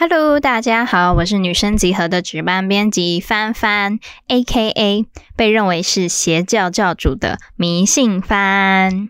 Hello， 大家好，我是女生集合的值班编辑帆帆 ，AKA 被认为是邪教教主的迷信帆。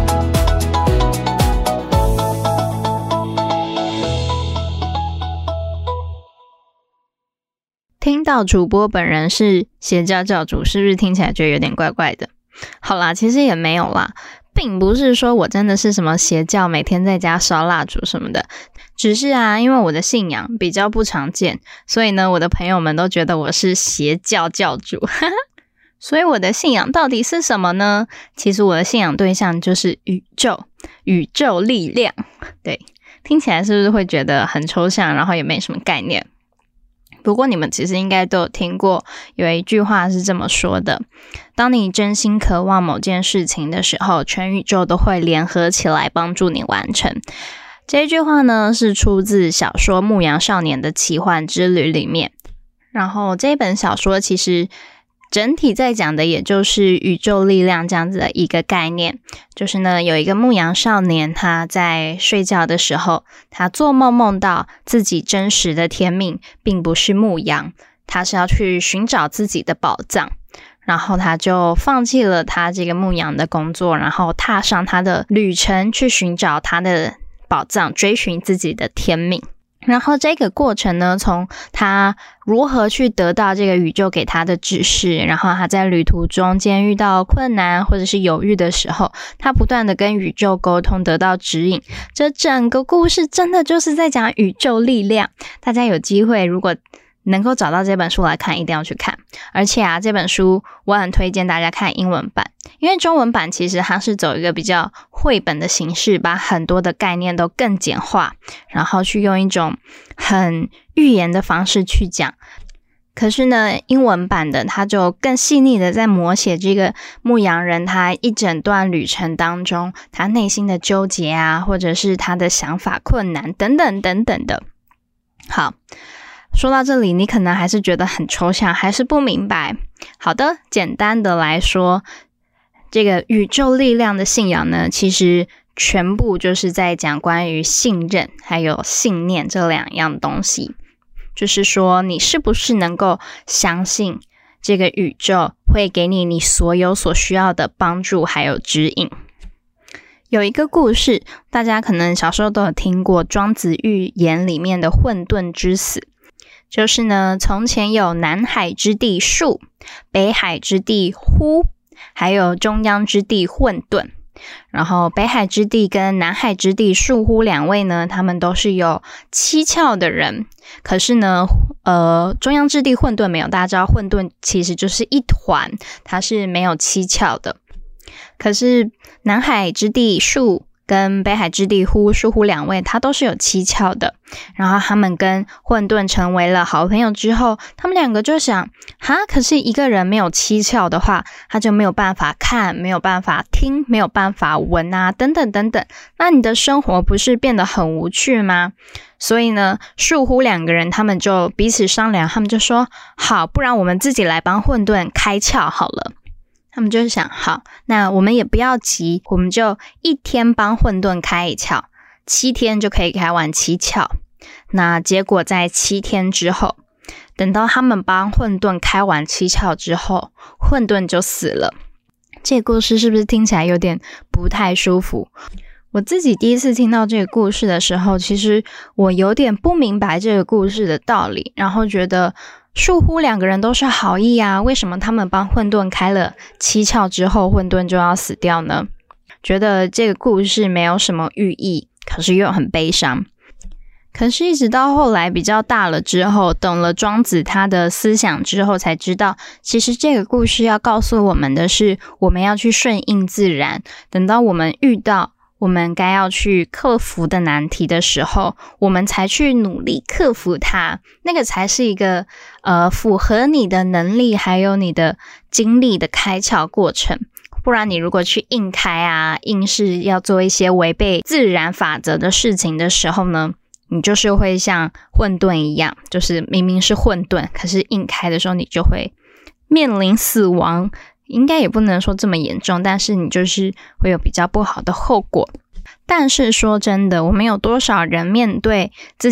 听到主播本人是邪教教主，是不是听起来觉得有点怪怪的？好啦，其实也没有啦，并不是说我真的是什么邪教，每天在家烧蜡烛什么的。只是因为我的信仰比较不常见，所以呢，我的朋友们都觉得我是邪教教主。所以我的信仰到底是什么呢？其实我的信仰对象就是宇宙力量。对，听起来是不是会觉得很抽象，然后也没什么概念？不过你们其实应该都有听过，有一句话是这么说的：当你真心渴望某件事情的时候，全宇宙都会联合起来帮助你完成。这句话呢，是出自小说《牧羊少年的奇幻之旅》里面。然后这本小说其实整体在讲的也就是宇宙力量这样子的一个概念。就是呢，有一个牧羊少年，他在睡觉的时候，他做梦梦到自己真实的天命并不是牧羊，他是要去寻找自己的宝藏。然后他就放弃了他这个牧羊的工作，然后踏上他的旅程去寻找他的宝藏，追寻自己的天命。然后这个过程呢，从他如何去得到这个宇宙给他的指示，然后他在旅途中间遇到困难或者是犹豫的时候，他不断的跟宇宙沟通，得到指引。这整个故事真的就是在讲宇宙力量。大家有机会如果能够找到这本书来看，一定要去看。而且这本书我很推荐大家看英文版，因为中文版其实它是走一个比较绘本的形式，把很多的概念都更简化，然后去用一种很寓言的方式去讲。可是呢，英文版的它就更细腻的在描写这个牧羊人他一整段旅程当中，他内心的纠结或者是他的想法困难等等等等的。好，说到这里，你可能还是觉得很抽象，还是不明白。好的，简单的来说，这个宇宙力量的信仰呢，其实全部就是在讲关于信任还有信念这两样东西。就是说，你是不是能够相信这个宇宙会给你所有所需要的帮助还有指引。有一个故事，大家可能小时候都有听过，庄子寓言里面的混沌之死。就是呢，从前有南海之地树，北海之地呼，还有中央之地混沌。然后北海之地跟南海之地树呼两位呢，他们都是有七窍的人。可是呢，中央之地混沌没有。大家知道混沌其实就是一团，它是没有七窍的。可是南海之地树跟北海之地树呼两位，他都是有七窍的。然后他们跟混沌成为了好朋友之后，他们两个就想，可是一个人没有七窍的话，他就没有办法看，没有办法听，没有办法闻等等等等，那你的生活不是变得很无趣吗？所以呢，树呼两个人他们就彼此商量，他们就说，好，不然我们自己来帮混沌开窍好了。他们就想，好，那我们也不要急，我们就一天帮混沌开一窍，7天就可以开完7窍。那结果在7天之后，等到他们帮混沌开完7窍之后，混沌就死了。这个故事是不是听起来有点不太舒服？我自己第一次听到这个故事的时候，其实我有点不明白这个故事的道理，然后觉得树呼两个人都是好意为什么他们帮混沌开了7窍之后，混沌就要死掉呢？觉得这个故事没有什么寓意，可是又很悲伤。可是一直到后来比较大了之后，懂了庄子他的思想之后，才知道其实这个故事要告诉我们的是，我们要去顺应自然，等到我们遇到我们该要去克服的难题的时候，我们才去努力克服它，那个才是一个符合你的能力还有你的精力的开窍过程。不然你如果去硬开硬是要做一些违背自然法则的事情的时候呢，你就是会像混沌一样，就是明明是混沌，可是硬开的时候你就会面临死亡。应该也不能说这么严重，但是你就是会有比较不好的后果。但是说真的，我们有多少人面对自己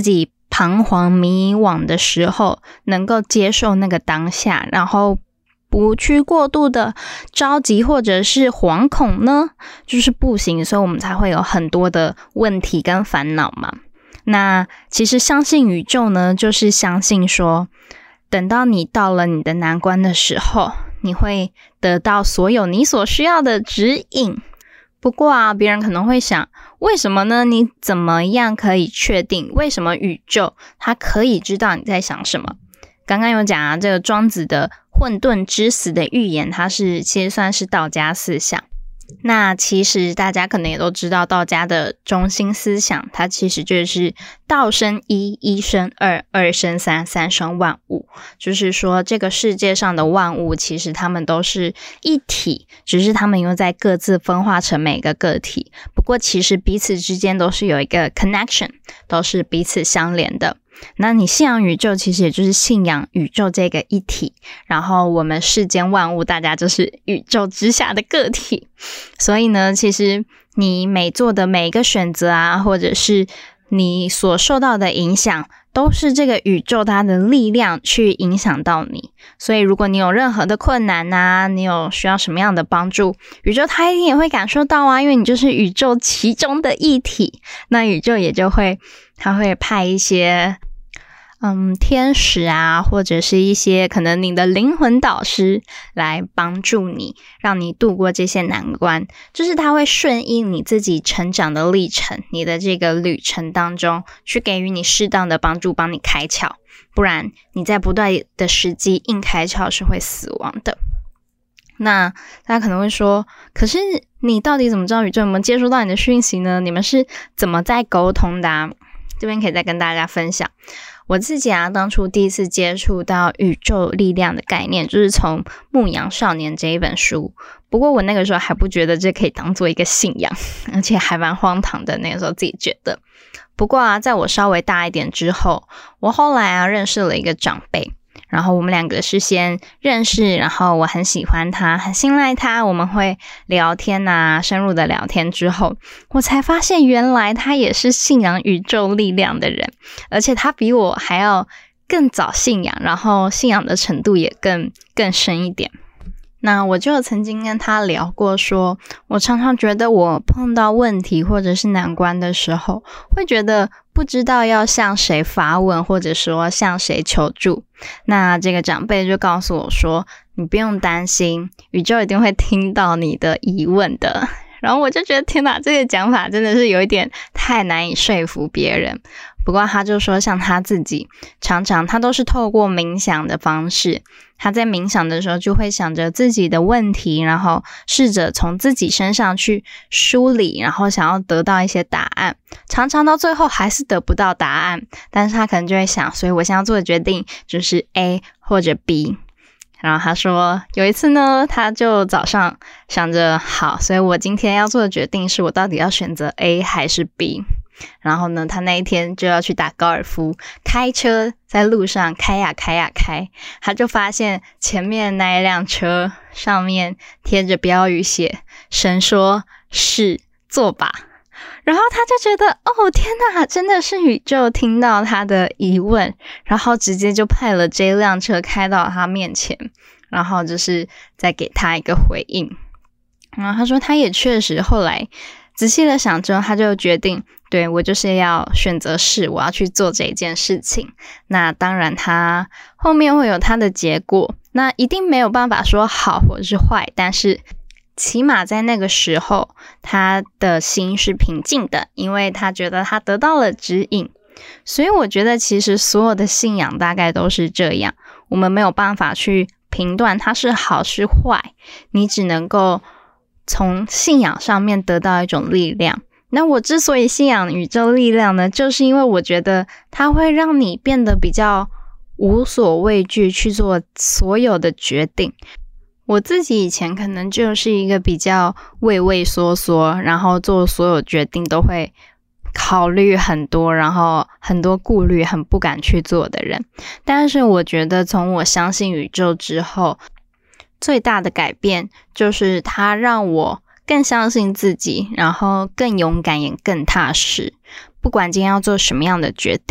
彷徨迷惘的时候，能够接受那个当下，然后不去过度的着急或者是惶恐呢？就是不行，所以我们才会有很多的问题跟烦恼嘛。那其实相信宇宙呢，就是相信说，等到你到了你的难关的时候，你会得到所有你所需要的指引。不过啊，别人可能会想，为什么呢？你怎么样可以确定？为什么宇宙它可以知道你在想什么？刚刚有讲啊，这个庄子的混沌之死的预言，它其实算是道家思想。那其实大家可能也都知道，道家的中心思想，它其实就是道生一，一生二，二生三，三生万物。就是说，这个世界上的万物，其实它们都是一体，只是它们又在各自分化成每个个体。不过，其实彼此之间都是有一个 connection， 都是彼此相连的。那你信仰宇宙，其实也就是信仰宇宙这个一体，然后我们世间万物，大家就是宇宙之下的个体。所以呢，其实你每做的每一个选择啊，或者是你所受到的影响，都是这个宇宙它的力量去影响到你。所以如果你有任何的困难啊，你有需要什么样的帮助，宇宙它一定也会感受到啊，因为你就是宇宙其中的一体。那宇宙也就会，它会派一些天使啊，或者是一些可能你的灵魂导师来帮助你，让你度过这些难关。就是它会顺应你自己成长的历程，你的这个旅程当中，去给予你适当的帮助，帮你开窍。不然你在不对的时机硬开窍是会死亡的。那大家可能会说，可是你到底怎么知道宇宙有没有接收到你的讯息呢？你们是怎么在沟通的啊？这边可以再跟大家分享。我自己啊，当初第一次接触到宇宙力量的概念，就是从《牧羊少年》这一本书。不过我那个时候还不觉得这可以当做一个信仰，而且还蛮荒唐的，那个时候自己觉得。不过啊，在我稍微大一点之后，我后来啊认识了一个长辈，然后我们两个是先认识，然后我很喜欢他，很信赖他，我们会聊天啊，深入的聊天之后，我才发现原来他也是信仰宇宙力量的人，而且他比我还要更早信仰，然后信仰的程度也更深一点。那我就曾经跟他聊过说，我常常觉得我碰到问题或者是难关的时候，会觉得不知道要向谁发问，或者说向谁求助。那这个长辈就告诉我说，你不用担心，宇宙一定会听到你的疑问的。然后我就觉得天哪，这个讲法真的是有一点太难以说服别人。不过他就说，像他自己常常他都是透过冥想的方式，他在冥想的时候就会想着自己的问题，然后试着从自己身上去梳理，然后想要得到一些答案。常常到最后还是得不到答案，但是他可能就会想，所以我现在做的决定就是 A 或者 B。然后他说有一次呢，他就早上想着，好，所以我今天要做的决定是我到底要选择 A 还是 B。然后呢，他那一天就要去打高尔夫，开车在路上开呀开呀开，他就发现前面那一辆车上面贴着标语写神说是坐吧。然后他就觉得，哦天哪，真的是宇宙听到他的疑问，然后直接就派了这辆车开到他面前，然后就是再给他一个回应。然后他说他也确实后来仔细的想之后，他就决定，对，我就是要选择是，我要去做这件事情。那当然他后面会有他的结果，那一定没有办法说好或是坏，但是起码在那个时候他的心是平静的，因为他觉得他得到了指引。所以我觉得其实所有的信仰大概都是这样，我们没有办法去评断它是好是坏，你只能够从信仰上面得到一种力量。那我之所以信仰宇宙力量呢，就是因为我觉得它会让你变得比较无所畏惧去做所有的决定。我自己以前可能就是一个比较畏畏缩缩，然后做所有决定都会考虑很多，然后很多顾虑，很不敢去做的人。但是我觉得从我相信宇宙之后，最大的改变就是它让我更相信自己，然后更勇敢也更踏实。不管今天要做什么样的决定，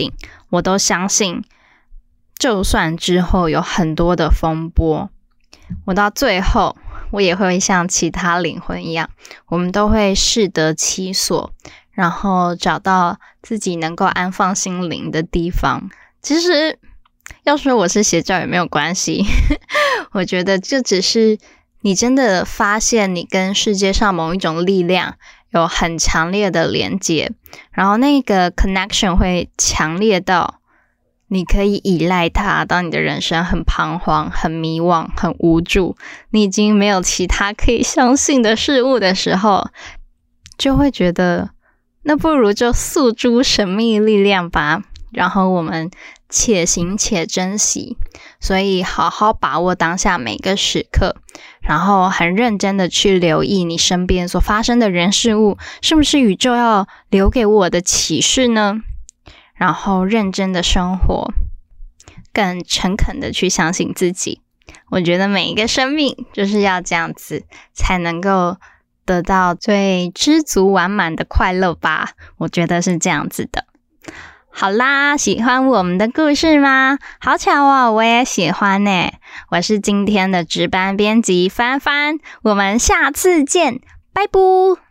我都相信，就算之后有很多的风波，我到最后我也会像其他灵魂一样，我们都会适得其所，然后找到自己能够安放心灵的地方。其实要说我是邪教也没有关系我觉得就只是你真的发现你跟世界上某一种力量有很强烈的连接，然后那个 connection 会强烈到你可以依赖它，当你的人生很彷徨、很迷惘、很无助，你已经没有其他可以相信的事物的时候，就会觉得那不如就诉诸神秘力量吧，然后我们且行且珍惜。所以好好把握当下每个时刻，然后很认真的去留意你身边所发生的人事物，是不是宇宙要留给我的启示呢？然后认真的生活，更诚恳的去相信自己。我觉得每一个生命就是要这样子，才能够得到最知足完满的快乐吧，我觉得是这样子的。好啦，喜欢我们的故事吗？好巧哦，我也喜欢耶。我是今天的值班编辑帆帆，我们下次见，拜拜。